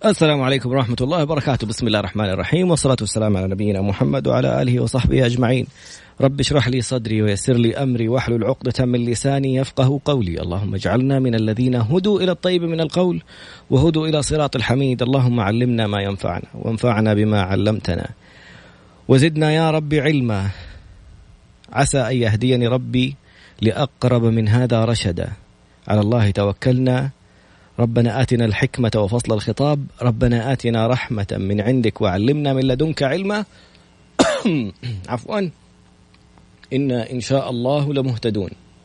السلام عليكم ورحمة الله وبركاته. بسم الله الرحمن الرحيم، والصلاة والسلام على نبينا محمد وعلى آله وصحبه أجمعين. رب اشرح لي صدري ويسر لي أمري واحلل عقدة من لساني يفقه قولي. اللهم اجعلنا من الذين هدوا إلى الطيب من القول وهدوا إلى صراط الحميد. اللهم علمنا ما ينفعنا وانفعنا بما علمتنا وزدنا يا رب علما. عسى أن يهديني ربي لأقرب من هذا رشدا. على الله توكلنا. ربنا آتنا الحكمة وفصل الخطاب. ربنا آتنا رحمة من عندك وعلمنا من لدنك علما. عفوا. إن شاء الله لمهتدون.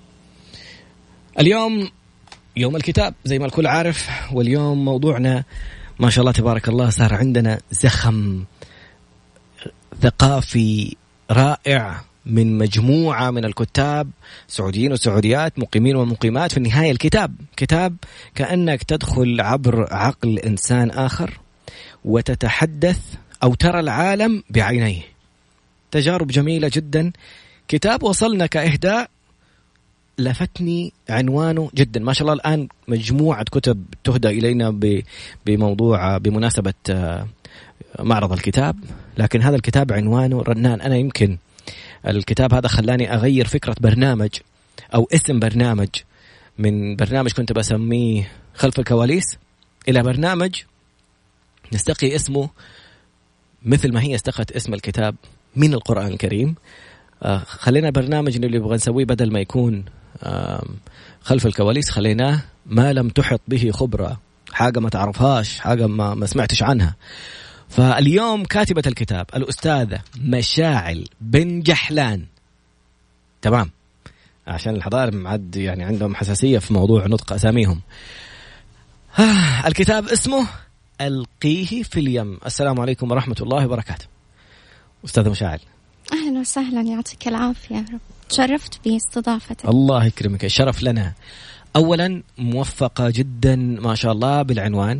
اليوم يوم الكتاب زي ما الكل عارف، واليوم موضوعنا ما شاء الله تبارك الله صار عندنا زخم ثقافي رائع من مجموعة من الكتاب سعوديين وسعوديات، مقيمين ومقيمات. في النهاية الكتاب كتاب كأنك تدخل عبر عقل إنسان آخر وتتحدث أو ترى العالم بعينيه. تجارب جميلة جدا. كتاب وصلنا كإهداء لفتني عنوانه جدا ما شاء الله. الآن مجموعة كتب تهدى إلينا بموضوع بمناسبة معرض الكتاب، لكن هذا الكتاب عنوانه رنان. أنا يمكن الكتاب هذا خلاني أغير فكرة برنامج أو اسم برنامج، من برنامج كنت بسميه خلف الكواليس إلى برنامج نستقي اسمه مثل ما هي استقت اسم الكتاب من القرآن الكريم. خلينا البرنامج اللي نبغى نسويه بدل ما يكون خلف الكواليس خليناه ما لم تحط به خبرة، حاجة ما تعرفهاش، حاجة ما سمعتش عنها. فاليوم كاتبة الكتاب الأستاذة مشاعل بن جحلان. تمام، عشان الحضارة معد يعني عندهم حساسية في موضوع نطق أساميهم. الكتاب اسمه ألقيه في اليم. السلام عليكم ورحمة الله وبركاته. أستاذة مشاعل، أهلا وسهلا، يعطيك العافية يا رب. تشرفت باستضافتك. الله يكرمك، الشرف لنا. أولا موفقة جدا ما شاء الله بالعنوان،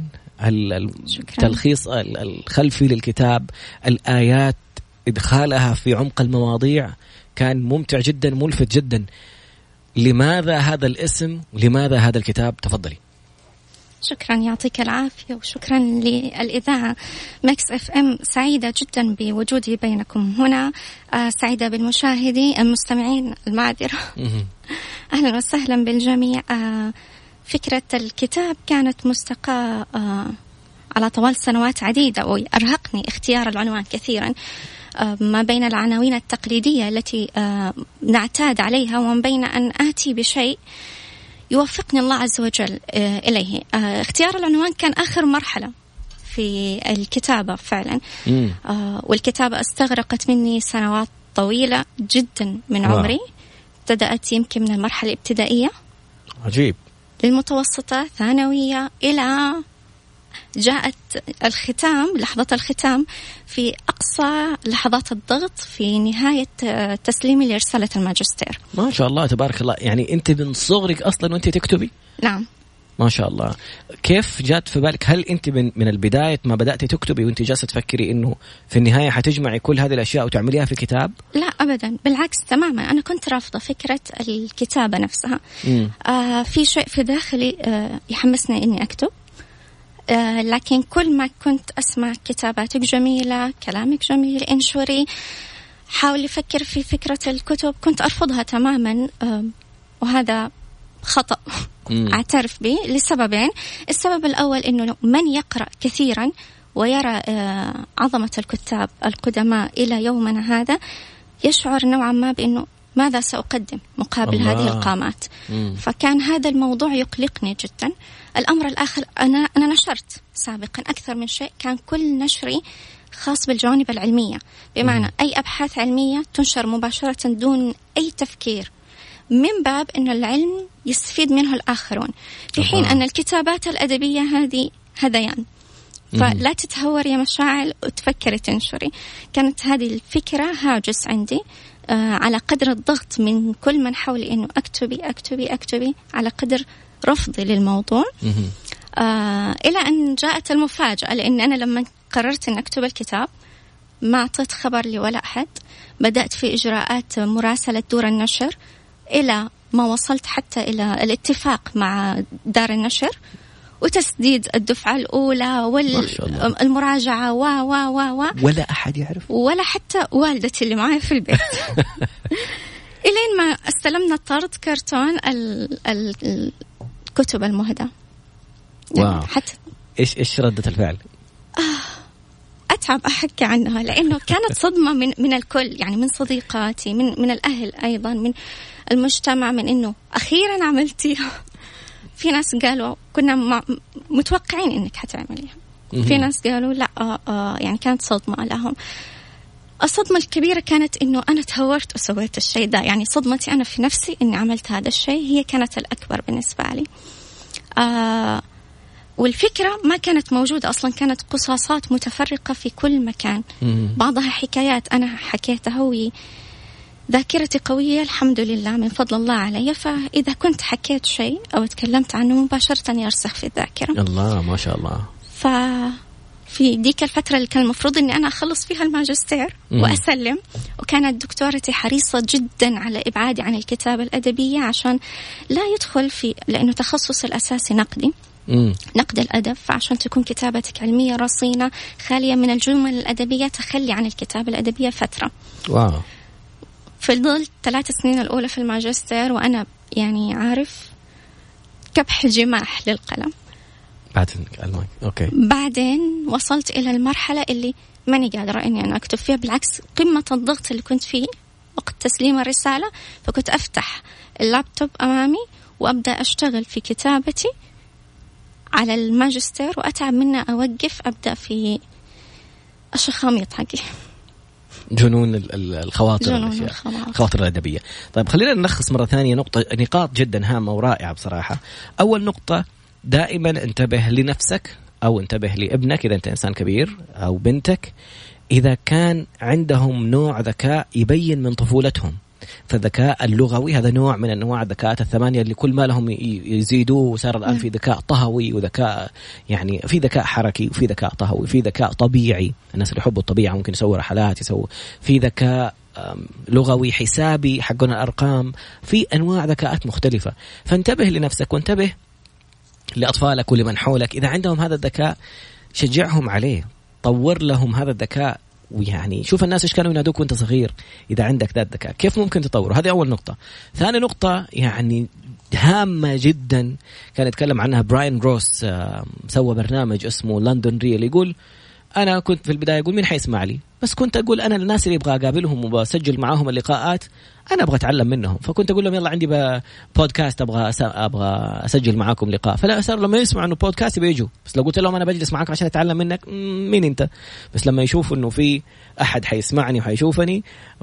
التلخيص الخلفي للكتاب، الآيات، إدخالها في عمق المواضيع كان ممتع جدا، ملفت جدا. لماذا هذا الاسم؟ لماذا هذا الكتاب؟ تفضلي. شكرا، يعطيك العافية، وشكرا للإذاعة ماكس اف ام. سعيدة جدا بوجودي بينكم هنا. سعيدة بالمشاهدين المستمعين، المعذرة. أهلا وسهلا بالجميع. فكرة الكتاب كانت مستقاة على طوال سنوات عديدة، وأرهقني اختيار العنوان كثيرا ما بين العناوين التقليدية التي نعتاد عليها وما بين أن آتي بشيء يوفقني الله عز وجل إليه. اختيار العنوان كان آخر مرحلة في الكتابة فعلا. والكتابة استغرقت مني سنوات طويلة جدا من عمري. ابتدأت يمكن من المرحلة الابتدائية، عجيب، للمتوسطة، ثانوية، إلى جاءت الختام، لحظة الختام في أقصى لحظات الضغط في نهاية تسليمي لرسالة الماجستير. ما شاء الله تبارك الله. يعني أنت من صغرك أصلا وأنت تكتبي؟ نعم. ما شاء الله. كيف جات في بالك؟ هل أنت من البداية ما بدأت تكتبي وأنت جالسة تفكري إنه في النهاية حتجمعي كل هذه الأشياء وتعمليها في كتاب؟ لا أبدا، بالعكس تماما. أنا كنت رافضة فكرة الكتابة نفسها. في شيء في داخلي يحمسني إني أكتب، لكن كل ما كنت أسمع كتاباتك جميلة، كلامك جميل، انشوري، حاولي أفكر في فكرة الكتب، كنت أرفضها تماما. وهذا خطأ أعترف به لسببين. السبب الأول أنه من يقرأ كثيرا ويرى عظمة الكتاب القدماء إلى يومنا هذا يشعر نوعا ما بأنه ماذا سأقدم مقابل هذه القامات. فكان هذا الموضوع يقلقني جدا. الأمر الآخر، أنا نشرت سابقا أكثر من شيء، كان كل نشري خاص بالجوانب العلمية، بمعنى أي أبحاث علمية تنشر مباشرة دون أي تفكير، من باب أن العلم يستفيد منه الآخرون، في حين أن الكتابات الأدبية هذه هذيان. فلا تتهور يا مشاعل وتفكري تنشري. كانت هذه الفكرة هاجس عندي. على قدر الضغط من كل من حولي أنه أكتبي على قدر رفضي للموضوع. إلى أن جاءت المفاجأة، لأن أنا لما قررت أن أكتب الكتاب ما أعطيت خبر لي ولا أحد. بدأت في إجراءات مراسلة دور النشر إلى ما وصلت حتى إلى الاتفاق مع دار النشر، وتسديد الدفعة الأولى والمراجعة ولا أحد يعرف، ولا حتى والدتي اللي معي في البيت. إلين ما استلمنا الطرد كرتون الكتب المهدى. واو. حتى إيش ردة الفعل؟ أتعب أحكي عنها لأنه كانت صدمة من الكل، يعني من صديقاتي، من الأهل أيضا، من المجتمع، من إنه أخيرا عملتيها. في ناس قالوا كنا متوقعين إنك حتعمليها، في ناس قالوا لا يعني كانت صدمة لهم. الصدمة الكبيرة كانت إنه أنا تهورت وسويت الشيء ده، يعني صدمتي أنا في نفسي إني عملت هذا الشيء هي كانت الأكبر بالنسبة لي. والفكرة ما كانت موجودة أصلا، كانت قصاصات متفرقة في كل مكان، بعضها حكايات أنا حكيتها وذاكرتي قوية الحمد لله من فضل الله علي، فإذا كنت حكيت شيء أو تكلمت عنه مباشرة يرسخ في الذاكرة. الله ما شاء الله. في ديك الفترة اللي كان المفروض أني أنا أخلص فيها الماجستير وأسلم، وكانت دكتورتي حريصة جدا على إبعادي عن الكتابة الأدبية عشان لا يدخل في، لأنه تخصص الأساسي نقدي، نقد الأدب، فعشان تكون كتابتك علمية رصينة خالية من الجمل الأدبية تخلي عن الكتابة الأدبية فترة. واو. فضلت 3 سنين الأولى في الماجستير وأنا يعني عارف كبح جماح للقلم. أوكي. بعدين وصلت إلى المرحلة اللي ماني قادرة إني أنا أكتب فيها، بالعكس قمة الضغط اللي كنت فيه وقت تسليم الرسالة، فكنت أفتح اللابتوب أمامي وأبدأ أشتغل في كتابتي على الماجستير وأتعب منه، أوقف أبدأ في الشخاميط حقي. جنون الخواطر، الخواطر الأدبية. طيب خلينا نلخص مرة ثانية نقاط جدا هامة ورائعة بصراحة. أول نقطة، دائما انتبه لنفسك أو انتبه لابنك إذا أنت إنسان كبير أو بنتك، إذا كان عندهم نوع ذكاء يبين من طفولتهم. فالذكاء اللغوي هذا نوع من أنواع الذكاءات 8 اللي كل ما لهم يزيدوه، وصار الآن في ذكاء طهوي وذكاء، يعني في ذكاء حركي وفي ذكاء طهوي، في ذكاء طبيعي، الناس اللي يحبوا الطبيعة ممكن يسووا رحلات، في ذكاء لغوي حسابي حقنا الأرقام، في أنواع ذكاءات مختلفة. فانتبه لنفسك وانتبه لأطفالك ولمن حولك، إذا عندهم هذا الذكاء شجعهم عليه، طور لهم هذا الذكاء. ويعني شوف الناس إيش كانوا ينادوك وانت صغير، إذا عندك ذات ذكاء كيف ممكن تطوره. هذه أول نقطة. ثاني نقطة يعني هامة جدا كان يتكلم عنها براين روس، سوى برنامج اسمه لندن ريل، يقول أنا كنت في البداية أقول مين حيسمع لي، بس كنت أقول أنا الناس اللي أبغى أقابلهم وبسجل معاهم اللقاءات أنا أبغى أتعلم منهم، فكنت أقول لهم يلا عندي بودكاست أبغى أسجل معاكم لقاء، فلا صار لما يسمعوا إنه بودكاست بيجوا، بس لو قلت لهم أنا بجلس معاك عشان أتعلم منك مين أنت، بس لما يشوفوا إنه في أحد حيسمعني وحيشوفني،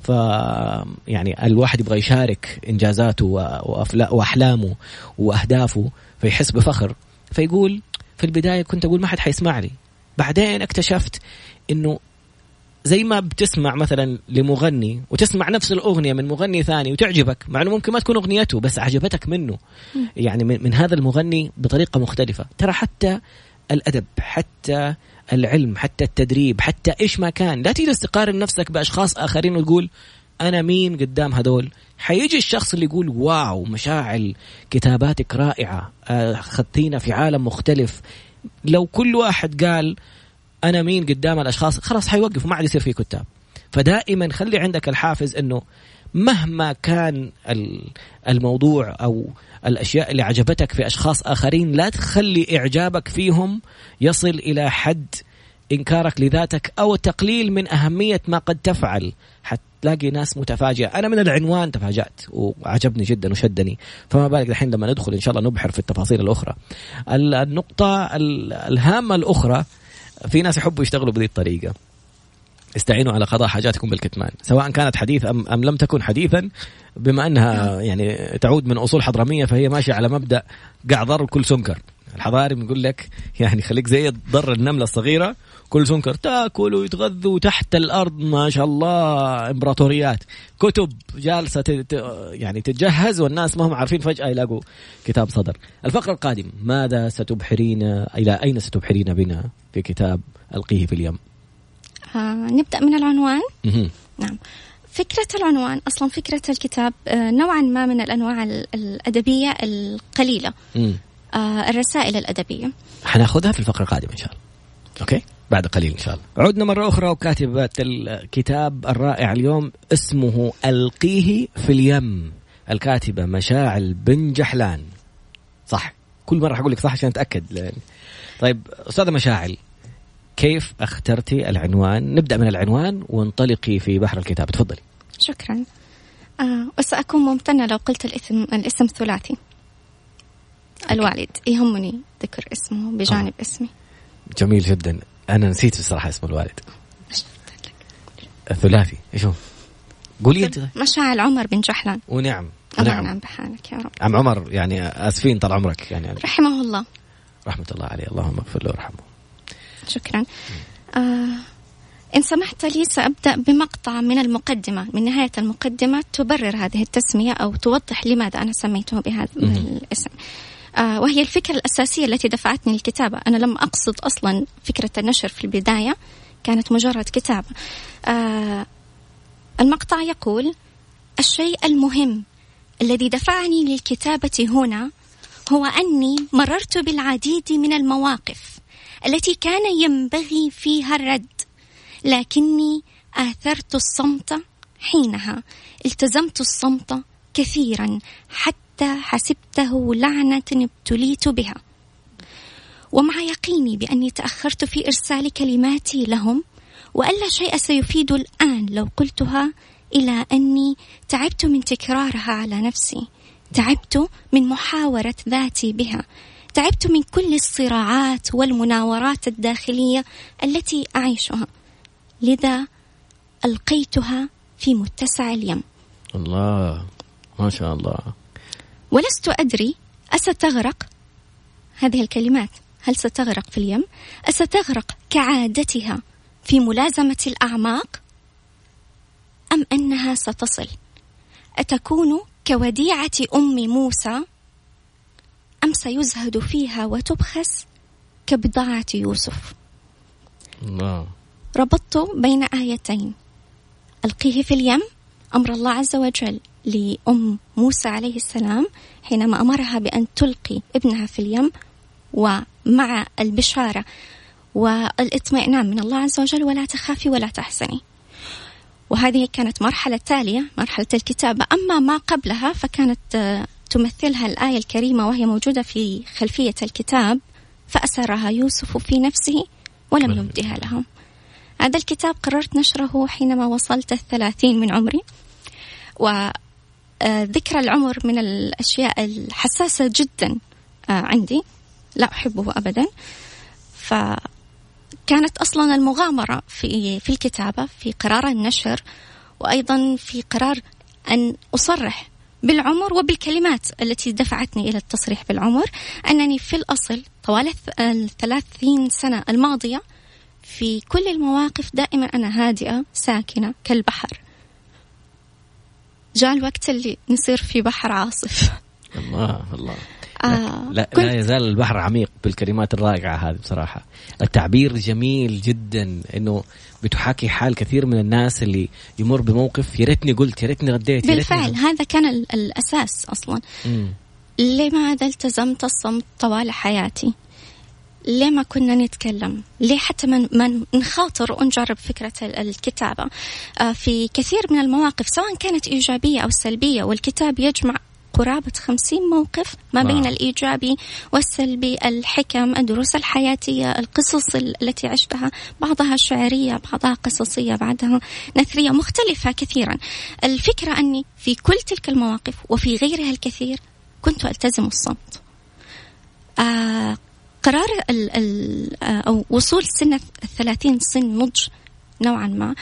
يعني الواحد يبغى يشارك إنجازاته وأحلامه وأهدافه فيحس بفخر، فيقول في البداية كنت أقول ما حد حيسمع لي، بعدين اكتشفت إنه زي ما بتسمع مثلا لمغني وتسمع نفس الأغنية من مغني ثاني وتعجبك، مع أنه ممكن ما تكون أغنيته بس عجبتك منه، يعني من هذا المغني بطريقة مختلفة. ترى حتى الأدب، حتى العلم، حتى التدريب، حتى إيش ما كان، لا تجلس تقارن نفسك بأشخاص آخرين وتقول أنا مين قدام هذول. حيجي الشخص اللي يقول واو مشاعل كتاباتك رائعة، خدتينا في عالم مختلف. لو كل واحد قال أنا مين قدام الأشخاص خلاص حيوقف وما عاد يصير فيه كتاب. فدائما خلي عندك الحافز إنه مهما كان الموضوع أو الأشياء اللي عجبتك في أشخاص آخرين، لا تخلي إعجابك فيهم يصل إلى حد إنكارك لذاتك أو تقليل من أهمية ما قد تفعل. حتلاقي ناس متفاجئة. أنا من العنوان تفاجأت وعجبني جدا وشدني، فما بالك الحين لما ندخل إن شاء الله نبحر في التفاصيل الأخرى. النقطة الهامة الأخرى، في ناس يحبوا يشتغلوا بهذه الطريقة، استعينوا على قضاء حاجاتكم بالكتمان، سواء كانت حديث أم لم تكن حديثا، بما أنها يعني تعود من أصول حضرمية فهي ماشية على مبدأ قاع ضر كل سنكر. الحضاري بنقول لك يعني خليك زي ضر النملة الصغيرة، كل سنكر تاكل ويتغذوا تحت الأرض، ما شاء الله إمبراطوريات، كتب جالسة يعني تتجهز والناس ما هم عارفين فجأة يلاقوا كتاب صدر. الفقرة القادم، ماذا ستبحرين، إلى أين ستبحرين بنا في كتاب ألقيه في اليم؟ نبدأ من العنوان. نعم، فكرة العنوان أصلا فكرة الكتاب نوعا ما من الأنواع الأدبية القليلة. الرسائل الأدبية. حناخذها في الفقرة القادمة إن شاء الله. أوكي، بعد قليل إن شاء الله. عدنا مرة أخرى، وكاتبة الكتاب الرائع اليوم اسمه ألقيه في اليم، الكاتبة مشاعل بن جحلان. صح، كل مرة حقول لك صح عشان أتأكد. طيب أستاذة مشاعل، كيف اخترتي العنوان؟ نبدأ من العنوان وانطلقي في بحر الكتاب، تفضلي. شكرا. وسأكون ممتنة لو قلت الاسم ثلاثي. الوالد يهمني ذكر اسمه بجانب اسمي. جميل جدا. أنا نسيت بصراحة اسم الوالد. الثلاثي إيش هو؟ قولي أنت. مشاعل عمر بن جحلان. ونعم نعم بحالك يا رب. عم عمر يعني آسفين طال عمرك يعني رحمه الله. رحمة الله عليه، اللهم اغفر له وارحمه. شكرا. إن سمحت لي سأبدأ بمقطع من المقدمة، من نهاية المقدمة تبرر هذه التسمية أو توضح لماذا أنا سميته بهذا الاسم. وهي الفكرة الأساسية التي دفعتني للكتابة. أنا لم أقصد أصلا فكرة النشر في البداية، كانت مجرد كتابة. المقطع يقول: الشيء المهم الذي دفعني للكتابة هنا هو أني مررت بالعديد من المواقف التي كان ينبغي فيها الرد، لكني آثرت الصمت حينها. التزمت الصمت كثيرا حتى حسبته لعنة ابتليت بها، ومع يقيني بأني تأخرت في إرسال كلماتي لهم وألا شيء سيفيد الآن لو قلتها، إلى أني تعبت من تكرارها على نفسي، تعبت من محاورة ذاتي بها، تعبت من كل الصراعات والمناورات الداخلية التي أعيشها، لذا ألقيتها في متسع اليم. الله، ما شاء الله. ولست أدري أستغرق هذه الكلمات، هل ستغرق في اليم؟ أستغرق كعادتها في ملازمة الأعماق، أم أنها ستصل؟ أتكون كوديعة أم موسى، أم سيزهد فيها وتبخس كبضاعة يوسف؟ الله. ربطت بين آيتين: ألقيه في اليم، أمر الله عز وجل لأم موسى عليه السلام حينما أمرها بأن تلقي ابنها في اليم، ومع البشارة والاطمئنان من الله عز وجل: ولا تخافي ولا تحزني. وهذه كانت مرحلة تالية، مرحلة الكتابة. أما ما قبلها فكانت تمثلها الآية الكريمة وهي موجودة في خلفية الكتاب: فأسرها يوسف في نفسه ولم يبدها لهم. هذا الكتاب قررت نشره حينما وصلت 30 من عمري، وذكر العمر من الأشياء الحساسة جدا عندي، لا أحبه أبدا. فكانت أصلا المغامرة في الكتابة، في قرار النشر، وأيضا في قرار أن أصرح بالعمر وبالكلمات التي دفعتني إلى التصريح بالعمر، أنني في الأصل طوال 30 سنة الماضية في كل المواقف دائما أنا هادئة ساكنة كالبحر. جاء الوقت اللي نصير في بحر عاصف. الله الله. لا يزال البحر عميق بالكلمات الرائعة هذه بصراحة. التعبير جميل جدا، إنه بتحاكي حال كثير من الناس اللي يمر بموقف يا ريتني قلت، يا ريتني رديت. بالفعل هذا كان الأساس أصلا. لماذا التزمت الصمت طوال حياتي؟ ليه ما كنا نتكلم؟ ليه حتى من نخاطر ونجرب فكرة الكتابة في كثير من المواقف، سواء كانت إيجابية أو سلبية، والكتاب يجمع قرابة 50 موقف ما بين الإيجابي والسلبي، الحكم، الدروس الحياتية، القصص التي عشتها، بعضها شعرية، بعضها قصصية، بعضها نثرية، مختلفة كثيرا. الفكرة أني في كل تلك المواقف وفي غيرها الكثير كنت ألتزم الصمت. قرار أو وصول سن 30 سن نضج نوعا ما،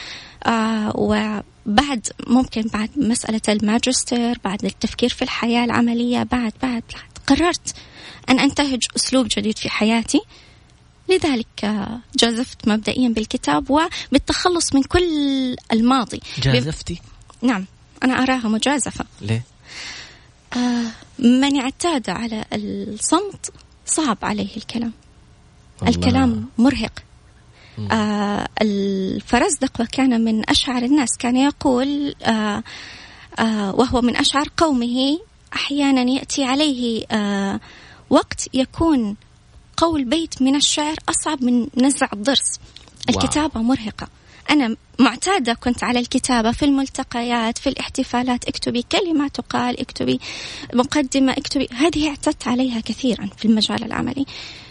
وبعد ممكن بعد مسألة الماجستير، بعد التفكير في الحياة العملية، بعد قررت أن أنتهج أسلوب جديد في حياتي. لذلك جازفت مبدئيا بالكتاب وبالتخلص من كل الماضي. جازفتي؟ نعم، أنا أراها مجازفة. ليه؟ من اعتاد على الصمت صعب عليه الكلام. الله. الكلام مرهق. الفرزدق كان من أشعر الناس، كان يقول وهو من أشعر قومه: أحيانا يأتي عليه وقت يكون قول بيت من الشعر أصعب من نزع الضرس. الكتابة مرهقة. أنا معتادة كنت على الكتابة في الملتقيات، في الاحتفالات، اكتبي كلمة تقال، اكتبي مقدمة، اكتبي، هذه اعتدت عليها كثيرا في المجال العملي،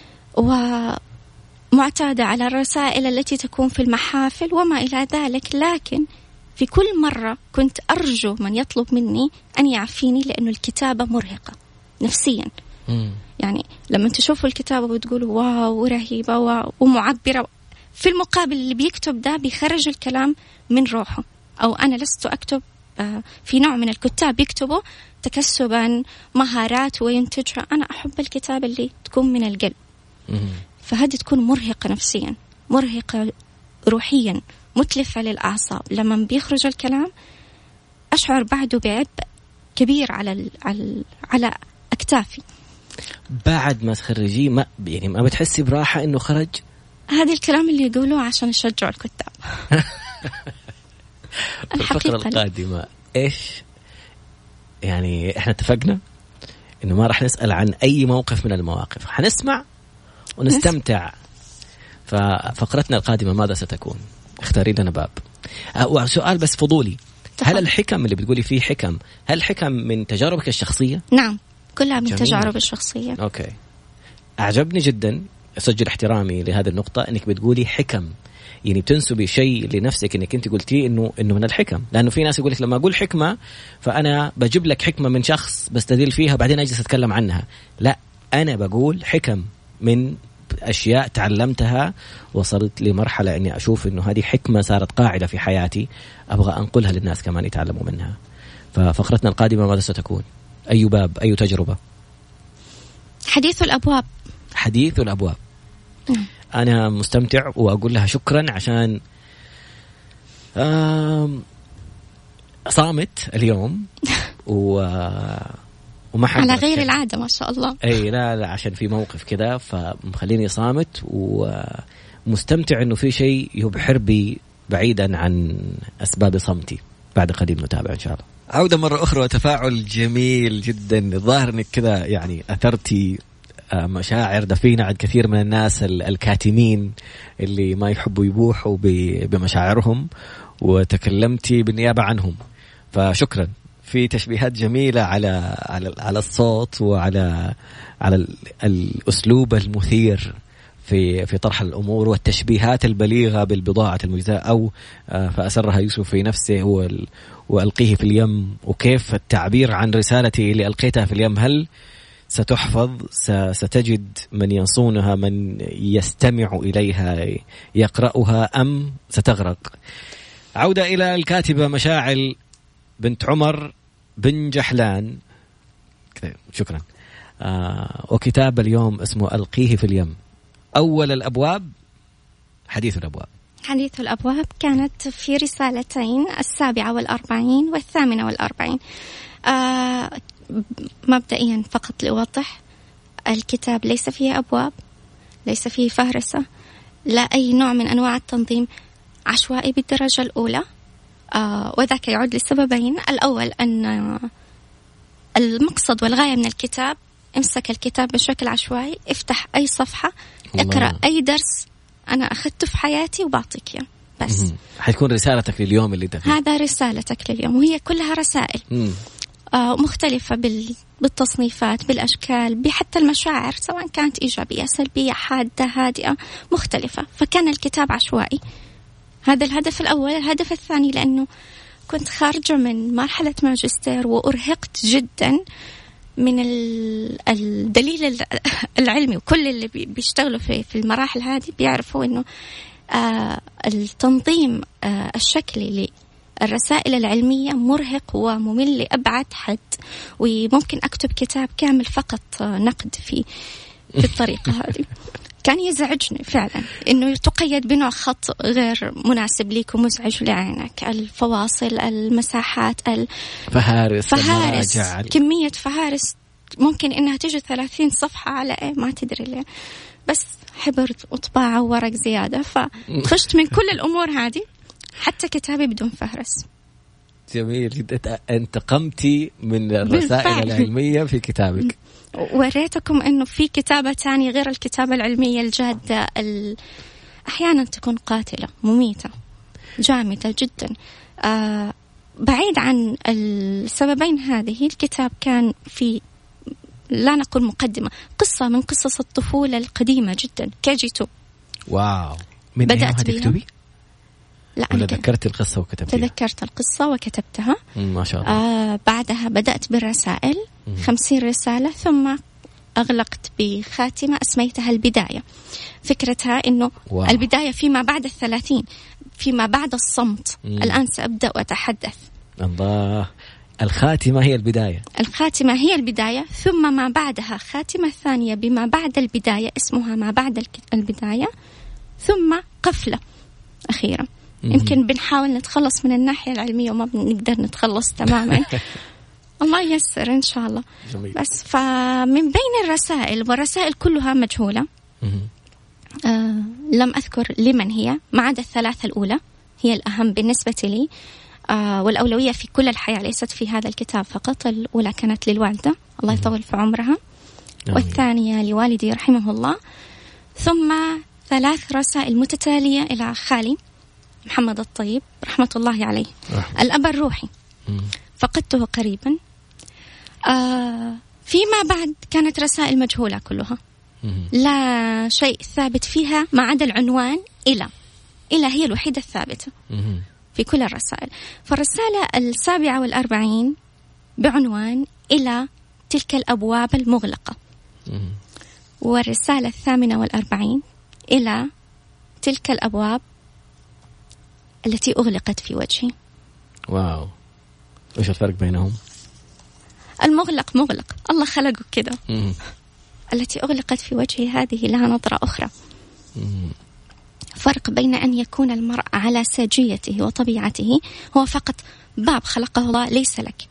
ومعتادة على الرسائل التي تكون في المحافل وما إلى ذلك. لكن في كل مرة كنت أرجو من يطلب مني أن يعفيني، لأنه الكتابة مرهقة نفسيا. يعني لما تشوفوا الكتابة وتقولوا واو رهيبة ومعبرة، في المقابل اللي بيكتب ده بيخرج الكلام من روحه. أو أنا لست أكتب، في نوع من الكتاب يكتبوا تكسبا مهارات وينتجها. أنا أحب الكتابة اللي تكون من القلب. فهذه تكون مرهقة نفسيا، مرهقة روحيا، متلفة للأعصاب. لما بيخرج الكلام أشعر بعده بعبء كبير على أكتافي. بعد ما تخرجيه ما بتحسي براحة إنه خرج؟ هذا الكلام اللي يقولوه عشان يشجعوا الكتاب. الفقرة القادمة إيش يعني؟ إحنا اتفقنا إنه ما راح نسأل عن أي موقف من المواقف، حنسمع ونستمتع. ففقرتنا القادمة ماذا ستكون؟ اختاري لنا باب. وسؤال بس فضولي، هل الحكم اللي بتقولي فيه حكم، هل حكم من تجاربك الشخصية؟ نعم، كلها من تجارب الشخصية. أوكي، أعجبني جدا، أسجل احترامي لهذه النقطة إنك بتقولي حكم، يعني بتنسبي شيء لنفسك إنك أنت قلتيه إنه من الحكم. لأنه في ناس يقولك لما أقول حكمة فأنا بجيب لك حكمة من شخص بستدل فيها بعدين أجلس أتكلم عنها. لا، أنا بقول حكم من أشياء تعلمتها، وصلت لمرحلة إني أشوف إنه هذه حكمة صارت قاعدة في حياتي، أبغى أنقلها للناس كمان يتعلموا منها. ففقرتنا القادمة ماذا ستكون؟ أي باب، أي تجربة؟ حديث الأبواب. حديث الأبواب. أنا مستمتع وأقول لها شكرا عشان صامت اليوم وما حد على غير العادة ما شاء الله. أي لا عشان في موقف كذا فمخليني صامت، ومستمتع إنه في شيء يبحر بي بعيدا عن أسباب صمتي. بعد قليل نتابع إن شاء الله. عودة مرة أخرى وتفاعل جميل جدا. الظاهر إنك كذا يعني أثرتي مشاعر دفينة عند كثير من الناس الكاتمين اللي ما يحبوا يبوحوا بمشاعرهم، وتكلمتي بالنيابة عنهم، فشكرا. في تشبيهات جميلة على الصوت وعلى الأسلوب المثير في طرح الأمور، والتشبيهات البليغة بالبضاعة المجزاة، أو فأسرها يوسف في نفسه وألقيه في اليم، وكيف التعبير عن رسالتي اللي ألقيتها في اليم هل ستحفظ، ستجد من يصونها، من يستمع إليها يقرأها، أم ستغرق. عودة إلى الكاتبة مشاعل بنت عمر بن جحلان، شكرا. وكتاب اليوم اسمه ألقيه في اليم. أول الأبواب حديث الأبواب. حديث الأبواب كانت في رسالتين، 47 و 48. مبدئيا فقط لأوضح، الكتاب ليس فيه أبواب، ليس فيه فهرسة، لا أي نوع من أنواع التنظيم، عشوائي بالدرجة الأولى. وذاك يعود لسببين. الأول أن المقصد والغاية من الكتاب، امسك الكتاب بشكل عشوائي، افتح أي صفحة، اقرأ أي درس أنا أخذته في حياتي وبعطيك إياه بس. حتكون رسالتك لليوم اللي تفيه. هذا رسالتك لليوم، وهي كلها رسائل مختلفة بالتصنيفات، بالأشكال، بحتى المشاعر، سواء كانت إيجابية سلبية حادة هادئة مختلفة. فكان الكتاب عشوائي. هذا الهدف الأول. الهدف الثاني، لأنه كنت خارجة من مرحلة ماجستير وأرهقت جدا من الدليل العلمي، وكل اللي بيشتغلوا في المراحل هذه بيعرفوا أنه التنظيم الشكلي للرسائل العلمية مرهق وممل لأبعد حد. وممكن أكتب كتاب كامل فقط نقد في الطريقة هذه. كان يزعجني فعلا إنه تقيد بنوع خط غير مناسب ليك ومزعج لعينك، الفواصل، المساحات، فهارس، كمية فهارس ممكن إنها تجي 30 صفحة على إيه ما تدري ليه، بس حبر وطباعة وورق زيادة. فخشت من كل الأمور هذه، حتى كتابي بدون فهرس. جميل جدا. انتقمتي من الرسائل العلمية في كتابك. وريتكم إنه في كتابة تانية غير الكتابة العلمية الجادة أحيانا تكون قاتلة مميتة جامدة جدا. بعيد عن السببين هذه، الكتاب كان في لا نقول مقدمة، قصة من قصص الطفولة القديمة جدا، KG2. واو، من أيامها تكتبي؟ لا، أنا تذكرت القصة وكتبتها. تذكرت القصة وكتبتها. ما شاء الله. بعدها بدأت بالرسائل 50 رسالة، ثم أغلقت بخاتمة أسميتها البداية. فكرتها إنه البداية فيما بعد 30، فيما بعد الصمت. الآن سأبدأ وأتحدث. الله، الخاتمة هي البداية. الخاتمة هي البداية، ثم ما بعدها خاتمة ثانية بما بعد البداية اسمها ما بعد البداية، ثم قفلة أخيرة. يمكن بنحاول نتخلص من الناحية العلمية وما بنقدر نتخلص تماما. الله ييسر إن شاء الله. جميل. بس فمن بين الرسائل، والرسائل كلها مجهولة، لم أذكر لمن هي ما عدا الثلاثة الأولى، هي الأهم بالنسبة لي، والأولوية في كل الحياة، ليست في هذا الكتاب فقط. الأولى كانت للوالدة الله يطول في عمرها، والثانية لوالدي رحمه الله، ثم 3 رسائل متتالية إلى خالي محمد الطيب رحمة الله عليه، الأب الروحي. فقدته قريبا. فيما بعد كانت رسائل مجهولة كلها، لا شيء ثابت فيها ما عدا العنوان إلى هي الوحيدة الثابتة في كل الرسائل. فالرسالة 47 بعنوان إلى تلك الأبواب المغلقة، والرسالة 48 إلى تلك الأبواب التي أغلقت في وجهي. واو، وش الفرق بينهم؟ المغلق مغلق، الله خلقه كده. التي أغلقت في وجهي هذه لها نظرة أخرى. فرق بين أن يكون المرء على سجيته وطبيعته، هو فقط باب خلقه الله ليس لك.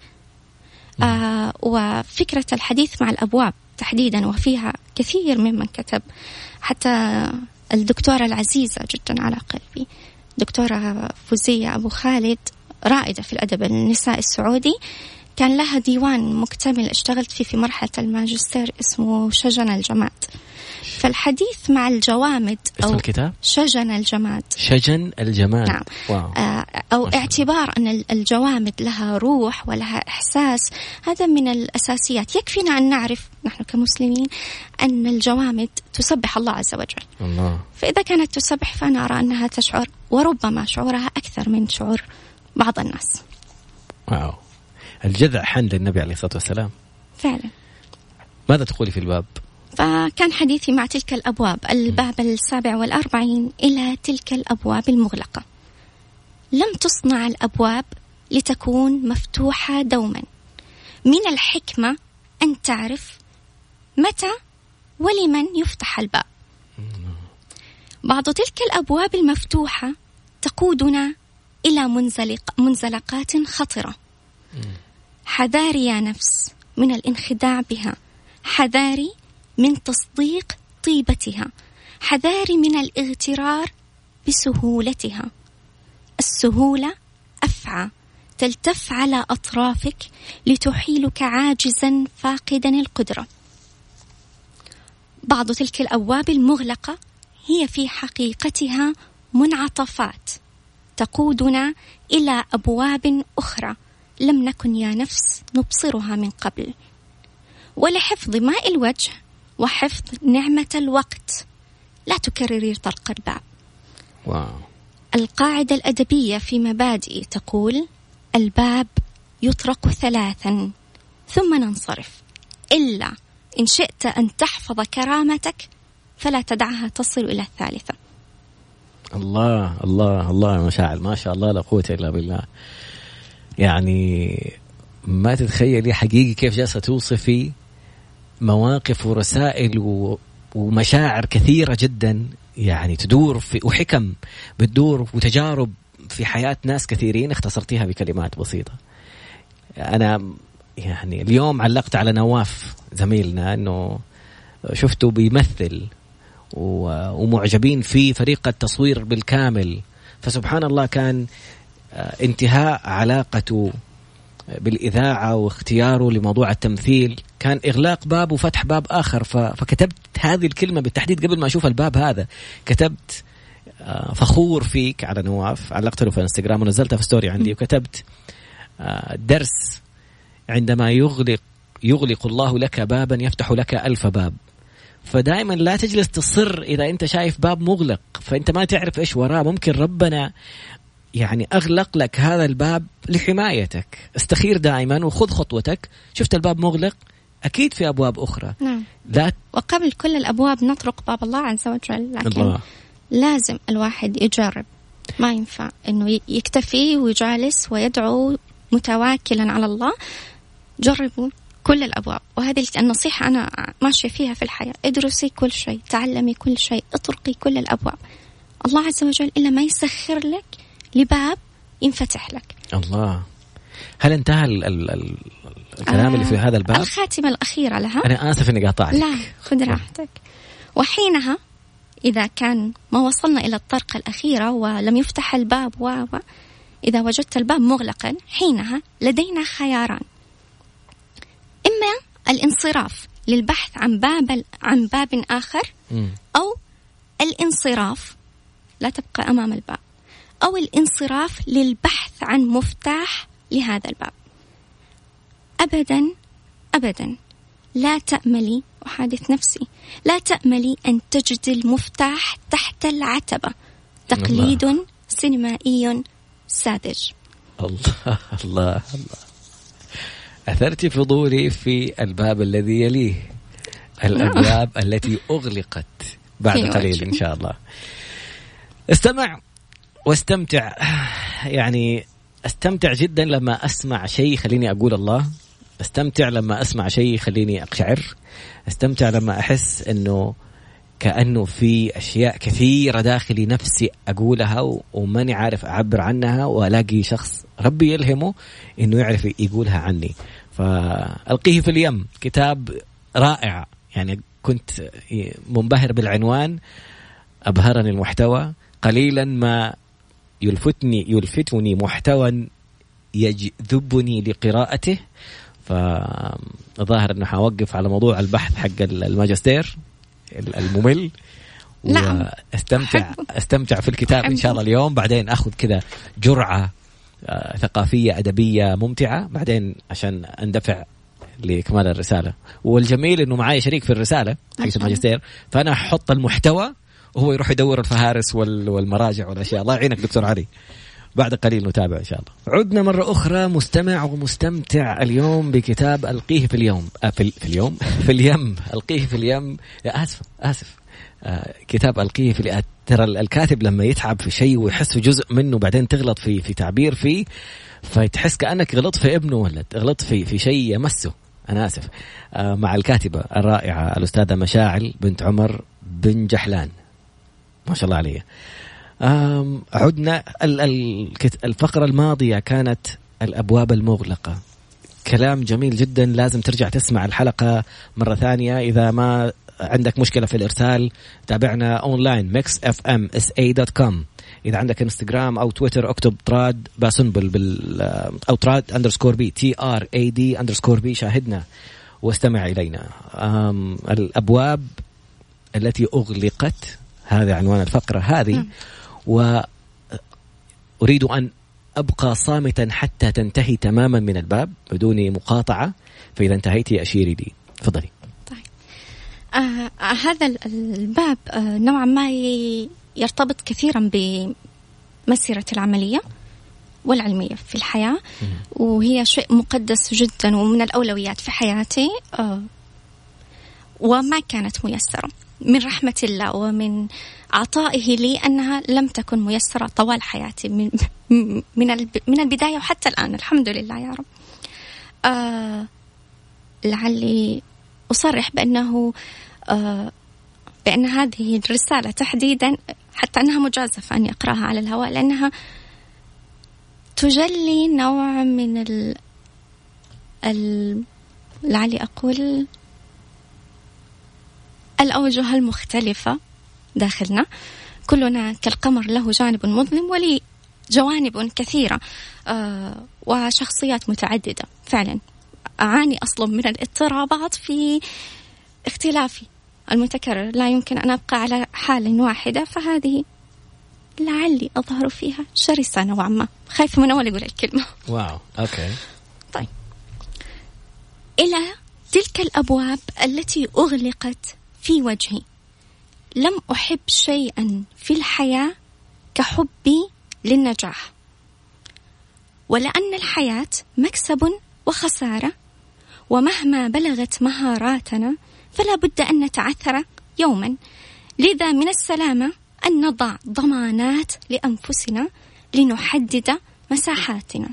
وفكرة الحديث مع الأبواب تحديدا، وفيها كثير ممن كتب، حتى الدكتورة العزيزة جدا على قلبي دكتورة فوزية أبو خالد، رائدة في الأدب النساء السعودي، كان لها ديوان مكتمل اشتغلت فيه في مرحلة الماجستير اسمه شجن الجماد. فالحديث مع الجوامد، اسم الكتاب شجن الجماد. شجن الجماد. نعم. واو. أو اعتبار أن الجوامد لها روح ولها إحساس، هذا من الأساسيات. يكفينا أن نعرف نحن كمسلمين أن الجوامد تسبح الله عز وجل. الله. فإذا كانت تسبح فأنا أرى أنها تشعر، وربما شعورها أكثر من شعور بعض الناس. واو، الجذع حن للنبي عليه الصلاة والسلام فعلا. ماذا تقولي في الباب؟ فكان حديثي مع تلك الأبواب، الباب 47 إلى تلك الأبواب المغلقة. لم تصنع الأبواب لتكون مفتوحة دوما. من الحكمة أن تعرف متى ولمن يفتح الباب. بعض تلك الأبواب المفتوحة تقودنا إلى منزلقات خطرة. حذاري يا نفس من الانخداع بها، حذاري من تصديق طيبتها، حذاري من الاغترار بسهولتها. السهولة أفعى تلتف على أطرافك لتحيلك عاجزا فاقدا القدرة. بعض تلك الأبواب المغلقة هي في حقيقتها منعطفات تقودنا إلى أبواب أخرى لم نكن يا نفس نبصرها من قبل. ولحفظ ماء الوجه وحفظ نعمة الوقت لا تكرري طرق الباب. واو. القاعدة الأدبية في مبادئ تقول: الباب يطرق 3 ثم ننصرف، إلا إن شئت أن تحفظ كرامتك فلا تدعها تصل إلى 3. الله الله الله، مشاعر ما شاء الله لا قوة إلا بالله. يعني ما تتخيلي حقيقي كيف جالسة توصفي مواقف ورسائل ومشاعر كثيرة جدا، يعني تدور في وحكم بتدور وتجارب في حياة ناس كثيرين اختصرتيها بكلمات بسيطة. أنا يعني اليوم علقت على نواف زميلنا أنه شفته بيمثل ومعجبين فيه، فريق التصوير بالكامل. فسبحان الله كان انتهاء علاقته بالإذاعة واختياره لموضوع التمثيل كان إغلاق باب وفتح باب آخر. فكتبت هذه الكلمة بالتحديد قبل ما أشوف الباب هذا. كتبت فخور فيك على نواف، علقت له في انستغرام ونزلتها في ستوري عندي، وكتبت درس عندما يغلق الله لك بابا يفتح لك 1000 باب. فدائما لا تجلس تصر إذا أنت شايف باب مغلق فأنت ما تعرف إيش وراه، ممكن ربنا يعني أغلق لك هذا الباب لحمايتك. استخير دائما وخذ خطوتك. شفت الباب مغلق، أكيد في أبواب أخرى. نعم. وقبل كل الأبواب نطرق باب الله عز وجل، لكن الله. لازم الواحد يجرب، ما ينفع إنه يكتفي ويجالس ويدعو متواكلا على الله. جربوا كل الأبواب، وهذه النصيحة أنا ماشية فيها في الحياة. ادرسي كل شيء، تعلمي كل شيء، اطرقي كل الأبواب. الله عز وجل إلا ما يسخر لك لباب ينفتح لك. الله. هل انتهى الكلام اللي في هذا الباب؟ الخاتمة الأخيرة لها. أنا آسف إني قاطعتك. لا، خذ راحتك. وحينها إذا كان ما وصلنا إلى الطرقة الأخيرة ولم يفتح الباب إذا وجدت الباب مغلقا، حينها لدينا خياران: إما الانصراف للبحث عن باب آخر، أو الانصراف لا تبقى أمام الباب، أو الانصراف للبحث عن مفتاح لهذا الباب. أبدا أبدا لا تأملي، أحادث نفسي، لا تأملي أن تجد المفتاح تحت العتبة. تقليد الله. سينمائي ساذج. الله الله الله. أثرت فضولي في الباب الذي يليه، الأبواب التي أغلقت بعد قليل إن شاء الله. استمع واستمتع. يعني استمتع جدا لما أسمع شيء خليني أقول الله. استمتع لما أسمع شيء خليني أقشعر. استمتع لما أحس أنه كأنه في أشياء كثيرة داخلي نفسي أقولها وماني عارف أعبر عنها، وألاقي شخص ربي يلهمه أنه يعرف يقولها عني. فألقيه في اليم، كتاب رائع. يعني كنت منبهر بالعنوان، أبهرني المحتوى. قليلا ما يلفتني محتوى يجذبني لقراءته. فظاهر أنه حوقف على موضوع البحث حق الماجستير الممل، واستمتع في الكتاب إن شاء الله اليوم. بعدين أخذ كذا جرعة ثقافية أدبية ممتعة بعدين عشان أندفع لإكمال الرسالة. والجميل إنه معايا شريك في الرسالة حق الماجستير، فأنا أحط المحتوى وهو يروح يدور الفهارس والمراجع والأشياء. الله يعينك دكتور علي. بعد قليل نتابع إن شاء الله. عدنا مرة أخرى مستمع ومستمتع اليوم بكتاب ألقيه في اليوم في اليم. ألقيه في اليم. آسف. كتاب ألقيه في اليم. ترى الكاتب لما يتعب في شيء ويحس جزء منه بعدين تغلط في تعبير فيه، فتحس كأنك غلط في ابنه ولا غلط في شيء يمسه. أنا آسف. مع الكاتبة الرائعة الأستاذة مشاعل بنت عمر بن جحلان، ما شاء الله عليها. عدنا. الفقرة الماضية كانت الأبواب المغلقة. كلام جميل جدا. لازم ترجع تسمع الحلقة مرة ثانية. إذا ما عندك مشكلة في الإرسال تابعنا أونلاين mixfmsa.com. إذا عندك انستغرام أو تويتر اكتب تراد باسنبل أو تراد _B TRAD_B. شاهدنا واستمع إلينا. الأبواب التي أغلقت، هذا عنوان الفقرة هذه. وأريد أن أبقى صامتا حتى تنتهي تماما من الباب بدون مقاطعة، فإذا انتهيتي أشيري لي. تفضلي. طيب. هذا الباب نوعا ما يرتبط كثيرا بمسيرة العملية والعلمية في الحياة، وهي شيء مقدس جدا ومن الأولويات في حياتي، وما كانت ميسرة. من رحمة الله ومن عطائه لي أنها لم تكن ميسرة طوال حياتي من البداية وحتى الآن، الحمد لله يا رب. لعلي أصرح بأن هذه الرسالة تحديدا حتى أنها مجازفة أن أقرأها على الهواء، لأنها تجلي نوع من لعلي أقول الأوجه المختلفة داخلنا. كلنا كالقمر له جانب مظلم ولي جوانب كثيرة وشخصيات متعددة. فعلا أعاني أصلا من الاضطرابات في اختلافي المتكرر، لا يمكن أن أبقى على حال واحدة، فهذه لعلي أظهر فيها شرسة نوعا ما. خايفة من أول أقول الكلمة. واو أوكي. طيب، إلى تلك الأبواب التي أغلقت في وجهي. لم أحب شيئا في الحياة كحبي للنجاح، ولأن الحياة مكسب وخسارة، ومهما بلغت مهاراتنا فلا بد أن نتعثر يوما. لذا من السلامة أن نضع ضمانات لأنفسنا لنحدد مساحاتنا،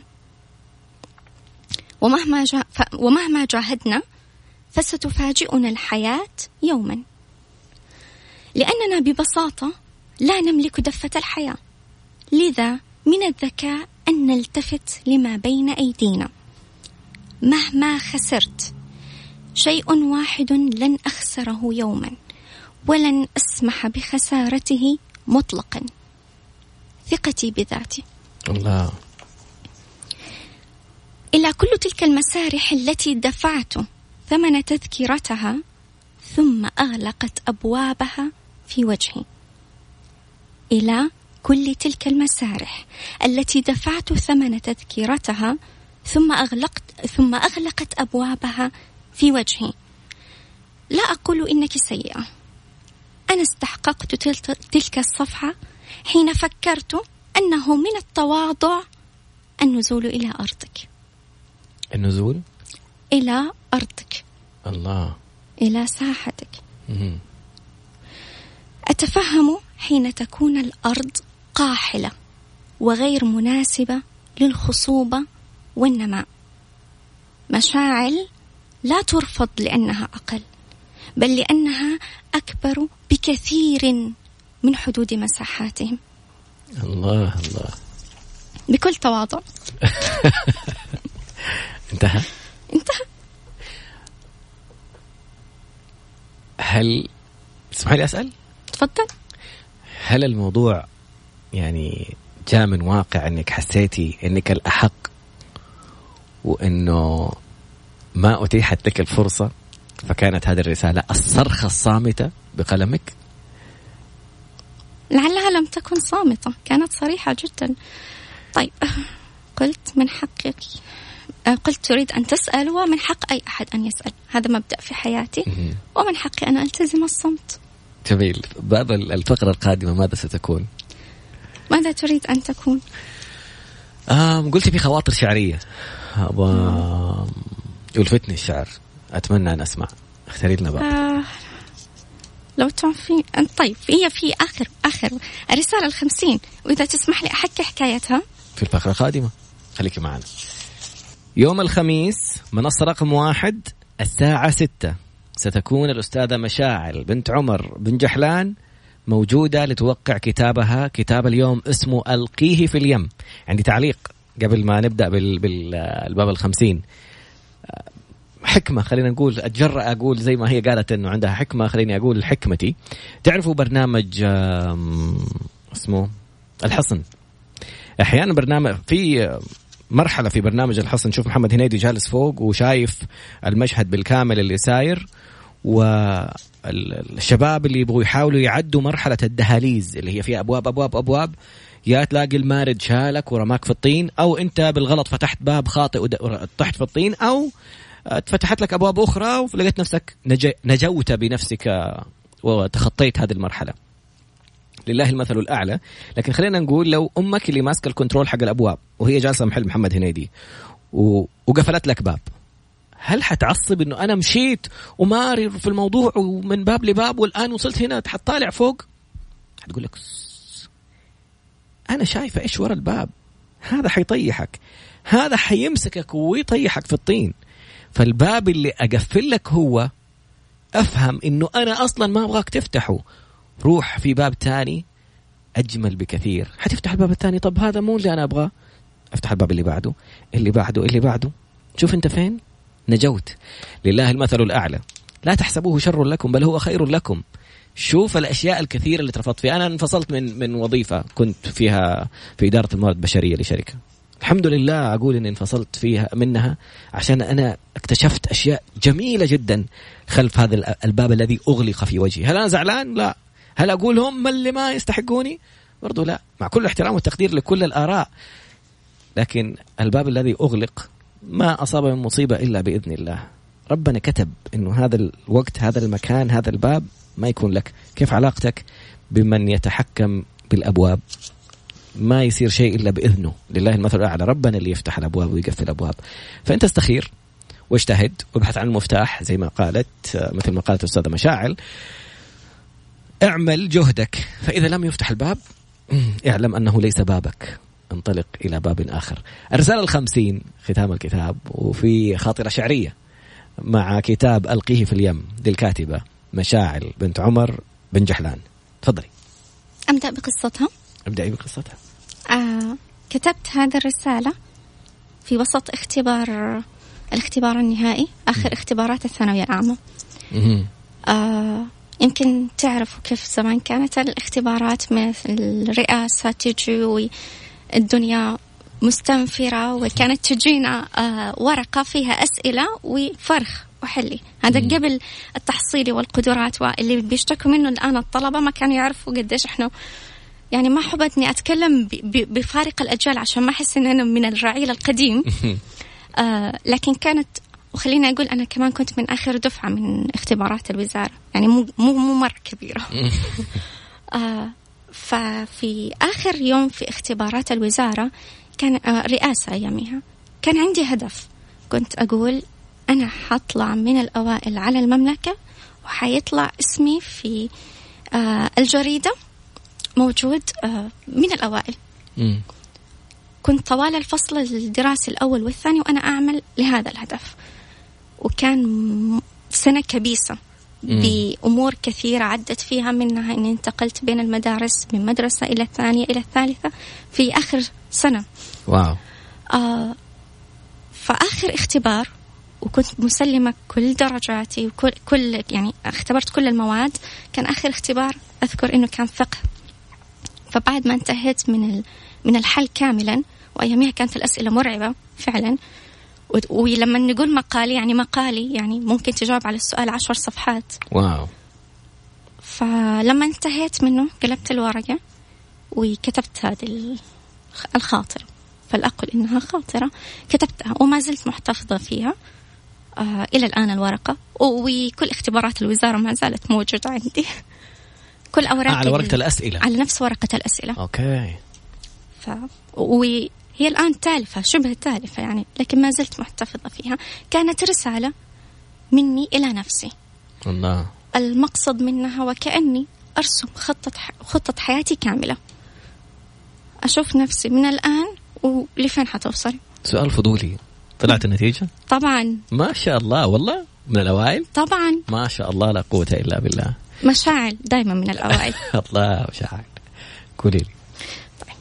ومهما جاهدنا فستفاجئنا الحياة يوما، لأننا ببساطة لا نملك دفة الحياة. لذا من الذكاء أن نلتفت لما بين أيدينا. مهما خسرت شيء واحد لن أخسره يوما، ولن أسمح بخسارته مطلقا. ثقتي بذاتي. الله. إلى كل تلك المسارح التي دفعت ثمن تذكرتها ثم أغلقت أبوابها في وجهي. إلى كل تلك المسارح التي دفعت ثمن تذكرتها ثم أغلقت أبوابها في وجهي. لا أقول إنك سيئة، أنا استحققت تلك الصفحة حين فكرت أنه من التواضع النزول إلى أرضك. النزول إلى أرضك. الله. إلى ساحتك. أتفهم حين تكون الأرض قاحلة وغير مناسبة للخصوبة والنماء. مشاعل لا ترفض لأنها أقل، بل لأنها أكبر بكثير من حدود مساحاتهم. الله الله. بكل تواضع. انتهى. هل تسمحي لي أسأل؟ تفضل. هل الموضوع يعني جاء من واقع أنك حسيتي أنك الأحق وأنه ما أتيحت لك الفرصة، فكانت هذه الرسالة الصرخة الصامتة بقلمك؟ لعلها لم تكن صامتة، كانت صريحة جدا. طيب، قلت من حقك، قلت تريد أن تسأل، ومن حق أي أحد أن يسأل، هذا مبدأ في حياتي، ومن حقي أن ألتزم الصمت. جميل. باب الفقرة القادمة ماذا ستكون؟ ماذا تريد أن تكون؟ قلت في خواطر شعرية يلفتني الشعر، أتمنى أن أسمع. اختاري لنا باب. لو تعرفين. طيب، هي في آخر الرسالة 50، وإذا تسمح لي أحكي حكايتها في الفقرة القادمة. خليكي معنا. يوم الخميس منصة رقم 1 الساعة 6 ستكون الأستاذة مشاعل بنت عمر بن جحلان موجودة لتوقع كتابها. كتاب اليوم اسمه ألقيه في اليم. عندي تعليق قبل ما نبدأ بالباب 50. حكمة، خلينا نقول، أتجرأ أقول زي ما هي قالت أنه عندها حكمة، خليني أقول حكمتي. تعرفوا برنامج اسمه الحصن؟ أحيانا برنامج في مرحلة في برنامج الحصن نشوف محمد هنيدي جالس فوق وشايف المشهد بالكامل اللي ساير، والشباب اللي يبغوا يحاولوا يعدوا مرحلة الدهاليز اللي هي فيها أبواب أبواب أبواب، يا تلاقي المارد شالك ورماك في الطين، أو أنت بالغلط فتحت باب خاطئ وطحت في الطين، أو فتحت لك أبواب أخرى ولقيت نفسك نجوت بنفسك وتخطيت هذه المرحلة. لله المثل الأعلى. لكن خلينا نقول لو أمك اللي ماسكة الكنترول حق الأبواب وهي جالسة محل محمد هنيدي وقفلت لك باب، هل حتعصب إنه أنا مشيت وماري في الموضوع ومن باب لباب والآن وصلت هنا حتطالع فوق؟ هتقول لك أنا شايفة إيش ورا الباب، هذا حيطيحك، هذا حيمسكك ويطيحك في الطين. فالباب اللي أقفل لك هو أفهم إنه أنا أصلا ما أبغاك تفتحه، روح في باب تاني أجمل بكثير. حتفتح الباب الثاني، طب هذا مو اللي أنا أبغاه، أفتح الباب اللي بعده اللي بعده اللي بعده. شوف أنت فين نجوت. لله المثل الأعلى. لا تحسبوه شر لكم بل هو خير لكم. شوف الأشياء الكثيرة اللي ترفضت فيها. أنا انفصلت من وظيفة كنت فيها في إدارة الموارد البشرية لشركة، الحمد لله أقول إني انفصلت فيها منها عشان أنا اكتشفت أشياء جميلة جدا خلف هذا الباب الذي أغلق في وجهي. هل أنا زعلان؟ لا. هل أقول هم اللي ما يستحقوني؟ برضو لا، مع كل احترام والتقدير لكل الآراء، لكن الباب الذي أغلق ما أصاب من مصيبة إلا بإذن الله. ربنا كتب إنه هذا الوقت، هذا المكان، هذا الباب ما يكون لك. كيف علاقتك بمن يتحكم بالأبواب؟ ما يصير شيء إلا بإذنه، لله المثل الأعلى، ربنا اللي يفتح الأبواب ويقفل الأبواب. فأنت استخير واجتهد وابحث عن المفتاح زي ما قالت، مثل ما قالت الأستاذة مشاعل، اعمل جهدك، فإذا لم يفتح الباب اعلم أنه ليس بابك، انطلق إلى باب آخر. الرسالة 50 ختام الكتاب، وفي خاطرة شعرية مع كتاب ألقيه في اليم للكاتبة مشاعل بنت عمر بن جحلان. تفضلي. أبدأ بقصتها. ابدأي بقصتها. كتبت هذه الرسالة في وسط الاختبار النهائي، آخر اختبارات الثانوية العامة. يمكن تعرفوا كيف زمان كانت الاختبارات مثل الرئاسة تجي والدنيا مستنفرة، وكانت تجينا ورقة فيها أسئلة وفرخ وحلي. هذا قبل التحصيلي والقدرات، واللي بيشتكوا منه الآن الطلبة ما كانوا يعرفوا قديش إحنا، يعني ما حبتني أتكلم بفارق الأجيال عشان ما أحس إن أنا من الرعيل القديم. لكن كانت، وخليني أقول أنا كمان كنت من آخر دفعة من اختبارات الوزارة، يعني مو مرة كبيرة. ففي آخر يوم في اختبارات الوزارة كان رئاسة أيامها، كان عندي هدف، كنت أقول أنا حطلع من الأوائل على المملكة، وحيطلع اسمي في الجريدة موجود من الأوائل. كنت طوال الفصل الدراسي الأول والثاني وأنا أعمل لهذا الهدف، وكان سنة كبيسة بأمور كثيرة عدت فيها، منها أني انتقلت بين المدارس من مدرسة إلى الثانية إلى الثالثة في آخر سنة. واو. فآخر اختبار، وكنت مسلمة كل درجاتي وكل يعني اختبرت كل المواد، كان آخر اختبار أذكر إنه كان فقه. فبعد ما انتهيت من الحل كاملا، وأيامها كانت الأسئلة مرعبة فعلا، ولما نقول مقالي يعني مقالي يعني ممكن تجاوب على السؤال 10 صفحات. واو. فلما انتهيت منه قلبت الورقة وكتبت هذه الخاطرة، فلأقل إنها خاطرة كتبتها وما زلت محتفظة فيها إلى الآن الورقة، وكل اختبارات الوزارة ما زالت موجودة عندي. كل أوراق على ورقة الأسئلة، على نفس ورقة الأسئلة. أوكي. وهي الآن تالفة، شبه تالفة يعني، لكن ما زلت محتفظة فيها. كانت رسالة مني إلى نفسي. الله. المقصد منها وكأني أرسم خطة حياتي كاملة، أشوف نفسي من الآن ولفين حتوصل. سؤال فضولي، طلعت النتيجة؟ طبعا. ما شاء الله، والله من الأوائل. طبعا. ما شاء الله، لا قوة إلا بالله. مشاعل دايما من الأوائل. الله مشاعل. قولي لي. طيب.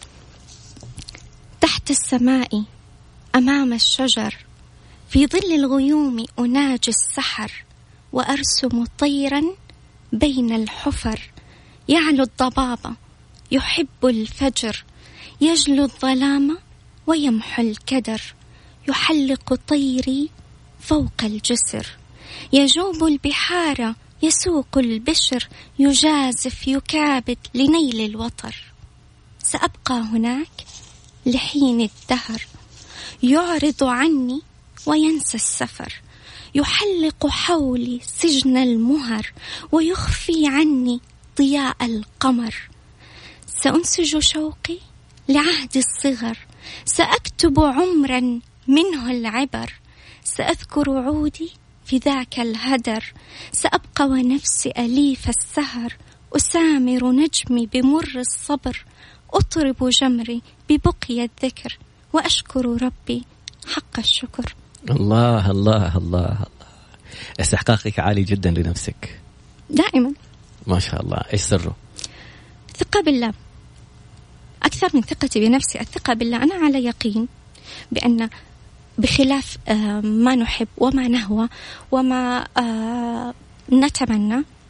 تحت السماء أمام الشجر، في ظل الغيوم أناجي السحر، وأرسم طيرا بين الحفر، يعلو الضباب يحب الفجر، يجلو الظلام ويمحو الكدر، يحلق طيري فوق الجسر، يجوب البحار يسوق البشر، يجازف يكابد لنيل الوطر. سأبقى هناك لحين الدهر، يعرض عني وينسى السفر، يحلق حولي سجن المهر، ويخفي عني ضياء القمر. سأنسج شوقي لعهد الصغر، سأكتب عمرا منه العبر، سأذكر عودي في ذاك الهدر، سأبقى ونفسي أليف السهر، أسامر نجمي بمر الصبر، أطرب جمري ببقي الذكر، وأشكر ربي حق الشكر. الله الله الله الله، استحقاقك عالي جدا لنفسك دائما. ما شاء الله. إيش سره؟ ثقة بالله، أكثر من ثقتي بنفسي الثقة بالله. أنا على يقين بأن بخلاف ما نحب وما نهوى وما نتمنى،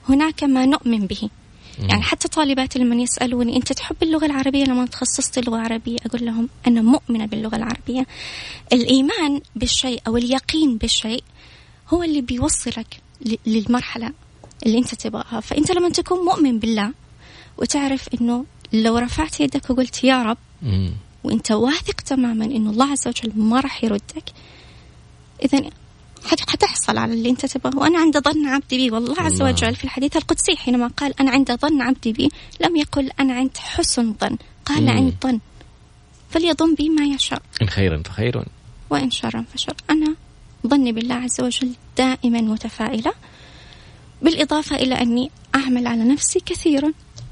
هناك ما نؤمن به. يعني حتى طالباتي لما يسألوني أنت تحب اللغة العربية لما تخصصت اللغة العربية، أقول لهم أنا مؤمنة باللغة العربية. الإيمان بالشيء أو اليقين بالشيء هو اللي بيوصلك للمرحلة اللي أنت تبغاها. فأنت لما تكون مؤمن بالله وتعرف أنه لو رفعت يدك وقلت يا رب وأنت واثق تماما أنه الله عز وجل ما راح يردك، إذن حتحصل على اللي أنت تبغاه. وأنا عند ظن عبدي بي، والله عز وجل في الحديث القدسي حينما قال أنا عند ظن عبدي بي لم يقل أنا عند حسن ظن، قال عند ظن، فليظن بي ما يشاء، إن خيرا فخير وإن شرا فشر. أنا ظني بالله عز وجل دائما متفائلة، بالإضافة إلى أني أعمل على نفسي كثيرا.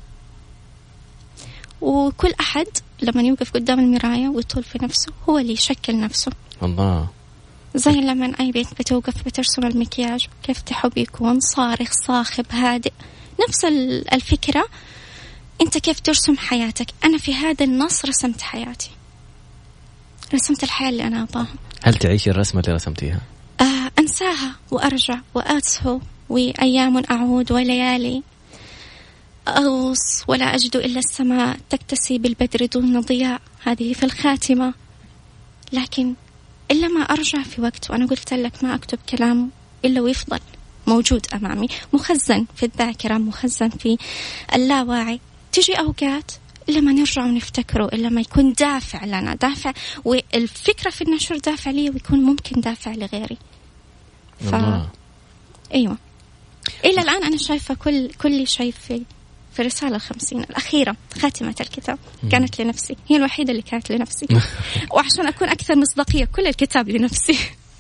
وكل أحد لما يوقف قدام المراية ويطول في نفسه هو اللي يشكل نفسه. الله. زي لما أي بنت بتوقف بترسم المكياج كيف تحب يكون صارخ صاخب هادئ، نفس الفكرة. أنت كيف ترسم حياتك؟ أنا في هذا النص رسمت حياتي، رسمت الحياة اللي أنا أبغاها. هل تعيشي الرسمة اللي رسمتيها؟ أنساها وأرجع وأتسهو، وأيام أعود وليالي أغوص ولا أجد إلا السماء تكتسي بالبدر دون ضياء، هذه في الخاتمة. لكن إلا ما أرجع في وقت، وأنا قلت لك ما أكتب كلام إلا ويفضل موجود أمامي، مخزن في الذاكرة، مخزن في اللاواعي. تجي أوقات إلا ما نرجع ونفتكره، إلا ما يكون دافع لنا، دافع، والفكرة في النشر دافع لي ويكون ممكن دافع لغيري. أيوة، إلى الآن أنا شايفة كل شيء في رسالة 50 الأخيرة، خاتمة الكتاب كانت لنفسي، هي الوحيدة اللي كانت لنفسي. وعشان أكون أكثر مصداقية كل الكتاب لنفسي.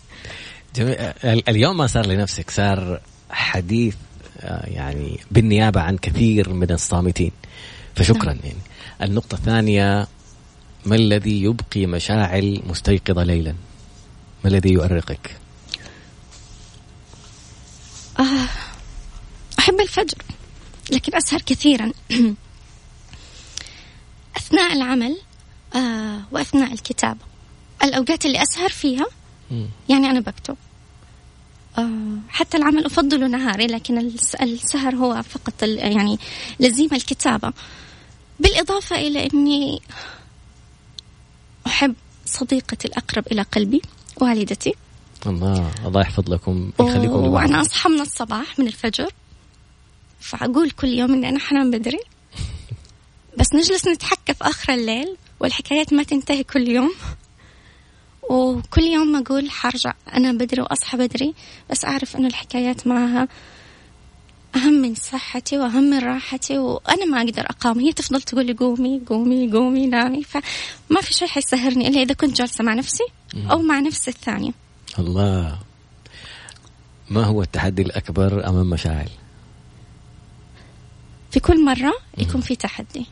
اليوم ما صار لنفسك، صار حديث يعني بالنيابة عن كثير من الصامتين، فشكرا. يعني النقطة الثانية، ما الذي يبقي مشاعل مستيقظة ليلا؟ ما الذي يؤرقك؟ أحب الفجر، لكن أسهر كثيرا أثناء العمل وأثناء الكتابة. الأوقات اللي أسهر فيها يعني أنا بكتب. حتى العمل أفضله نهاري، لكن السهر هو فقط يعني لزيم الكتابة. بالإضافة إلى أني أحب صديقتي الأقرب إلى قلبي، والدتي. الله يحفظ لكم ويخليكم لبعض. وأنا أصحى من الصباح من الفجر، فأقول كل يوم إني أنا حنام بدري، بس نجلس نتحكى في آخر الليل، والحكايات ما تنتهي كل يوم. وكل يوم أقول حرجع أنا بدري وأصحى بدري، بس أعرف إنه الحكايات معها أهم من صحتي وأهم من راحتي، وأنا ما أقدر أقام. هي تفضل تقول لي قومي قومي قومي نامي، فما في شيء حيسهرني إلا إذا كنت جالسة مع نفسي أو مع نفسي الثانية. الله. ما هو التحدي الأكبر أمام مشاعل؟ في كل مرة يكون في تحدي،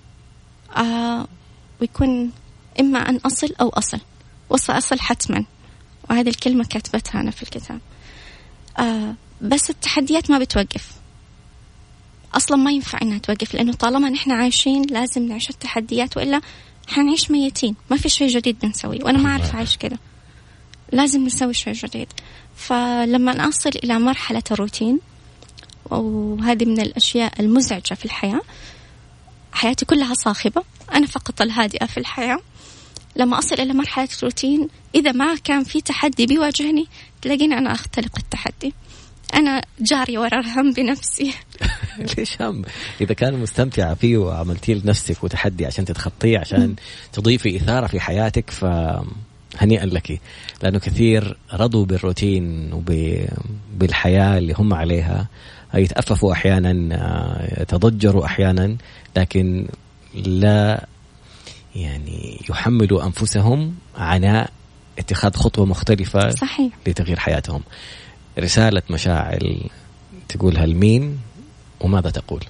ويكون إما أن أصل أو أصل حتما، وهذه الكلمة كاتبتها أنا في الكتاب. بس التحديات ما بتوقف أصلا، ما ينفع إنها توقف، لأنه طالما نحن عايشين لازم نعيش التحديات، وإلا حنعيش ميتين، ما في شيء جديد بنسويه. وأنا ما أعرف أعيش كده، لازم نسوي شيء جديد. فلما أصل إلى مرحلة الروتين، وهذه من الأشياء المزعجة في الحياة، حياتي كلها صاخبة، أنا فقط الهادئة في الحياة. لما أصل إلى مرحلة الروتين، إذا ما كان في تحدي بيواجهني، تلاقيني أنا أختلق التحدي، أنا جاري وراء الهم بنفسي. ليش هم؟ إذا كان مستمتعة فيه وعملتيه لنفسك وتحدي عشان تتخطيه، عشان تضيفي إثارة في حياتك، فهنيئا لك. لأنه كثير رضوا بالروتين وبالحياة اللي هم عليها، يتأففوا أحيانا، يتضجروا أحيانا، لكن لا يعني يحملوا أنفسهم عناء اتخاذ خطوة مختلفة. صحيح. لتغيير حياتهم. رسالة مشاعل تقولها لمين وماذا تقول؟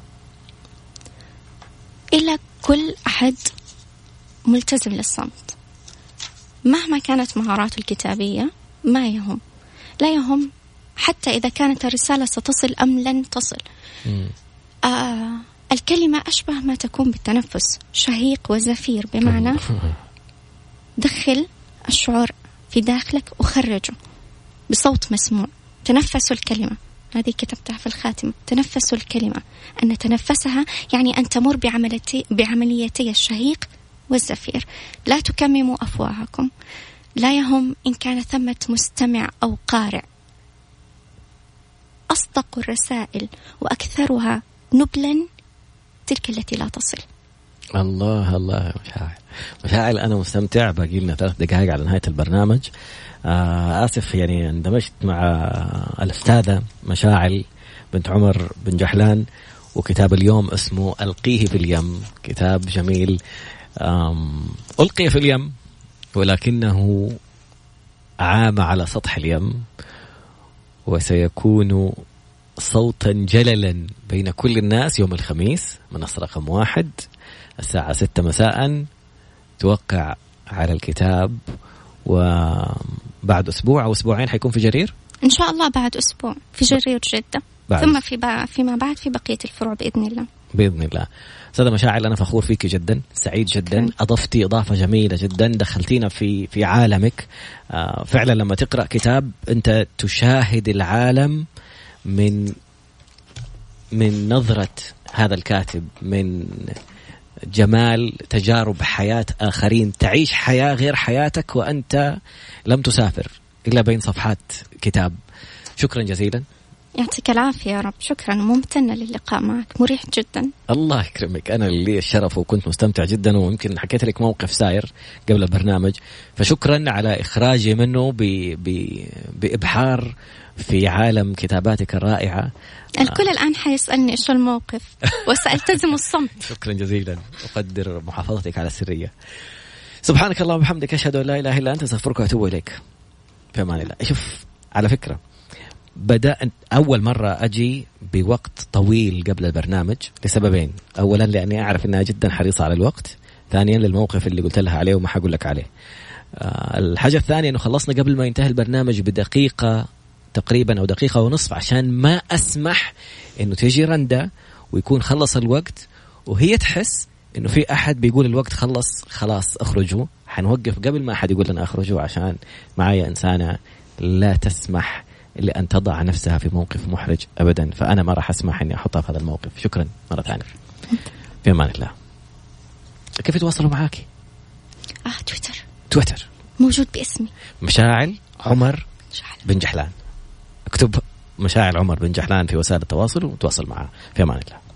إلى كل أحد ملتزم للصمت، مهما كانت مهاراته الكتابية، ما يهم، لا يهم حتى إذا كانت الرسالة ستصل أم لن تصل. الكلمة أشبه ما تكون بالتنفس، شهيق وزفير، بمعنى دخل الشعور في داخلك وخرجه بصوت مسموع. تنفسوا الكلمة، هذه كتبتها في الخاتمة. تنفسوا الكلمة، أن نتنفسها يعني أن تمر بعمليتي الشهيق والزفير. لا تكمموا أفواهكم، لا يهم إن كان ثمة مستمع أو قارئ. أصدق الرسائل وأكثرها نبلا تلك التي لا تصل. الله الله مشاعل أنا مستمتع. باقي لنا 3 دقائق على نهاية البرنامج. آسف يعني اندمجت مع الأستاذة مشاعل بنت عمر بن جحلان، وكتاب اليوم اسمه ألقيه في اليم. كتاب جميل، ألقي في اليم ولكنه عام على سطح اليم، وسيكون صوتا جللا بين كل الناس يوم الخميس منصة رقم 1 الساعة 6 مساء. توقع على الكتاب، وبعد أسبوع أو أسبوعين حيكون في جرير إن شاء الله. بعد أسبوع في جرير جدة، ثم فيما بعد في بقية الفروع بإذن الله. بإذن الله. أستاذة مشاعل أنا فخور فيك جدا، سعيد جدا. أضفتي إضافة جميلة جدا، دخلتينا في عالمك. فعلا لما تقرأ كتاب أنت تشاهد العالم من نظرة هذا الكاتب، من جمال تجارب حياة آخرين، تعيش حياة غير حياتك وأنت لم تسافر إلا بين صفحات كتاب. شكرا جزيلا. يعطيك العافية يا رب. شكرا، ممتنة للقاء معك، مريح جدا. الله يكرمك، أنا لي الشرف وكنت مستمتع جدا، ويمكن حكيت لك موقف ساير قبل البرنامج، فشكرا على إخراجي منه بإبحار في عالم كتاباتك الرائعة. الكل الآن حيسألني إيش الموقف وسألتزم الصمت. شكرا جزيلا، أقدر محافظتك على السرية. سبحانك اللهم وبحمدك، أشهد أن لا إله إلا أنت، أستغفرك وأتوب إليك. في أمان الله. شوف على فكرة، بدأت أول مرة أجي بوقت طويل قبل البرنامج لسببين. أولا لأني أعرف أنها جدا حريصة على الوقت، ثانيا للموقف اللي قلت لها عليه وما حقول لك عليه. الحاجة الثانية أنه خلصنا قبل ما ينتهي البرنامج بدقيقة تقريبا أو دقيقة ونصف، عشان ما أسمح أنه تيجي رندا ويكون خلص الوقت وهي تحس أنه في أحد بيقول الوقت خلص خلاص أخرجوا. حنوقف قبل ما أحد يقول لنا أخرجوا، عشان معايا إنسانة لا تسمح لأن تضع نفسها في موقف محرج أبدا، فأنا ما راح أسمح أني أحطها في هذا الموقف. شكرا مرة ثانية. في أمان الله. كيف يتواصلوا معاكي؟ تويتر موجود باسمي مشاعل عمر بن جحلان. اكتب مشاعل عمر بن جحلان في وسائل التواصل وتواصل معها. في أمان الله.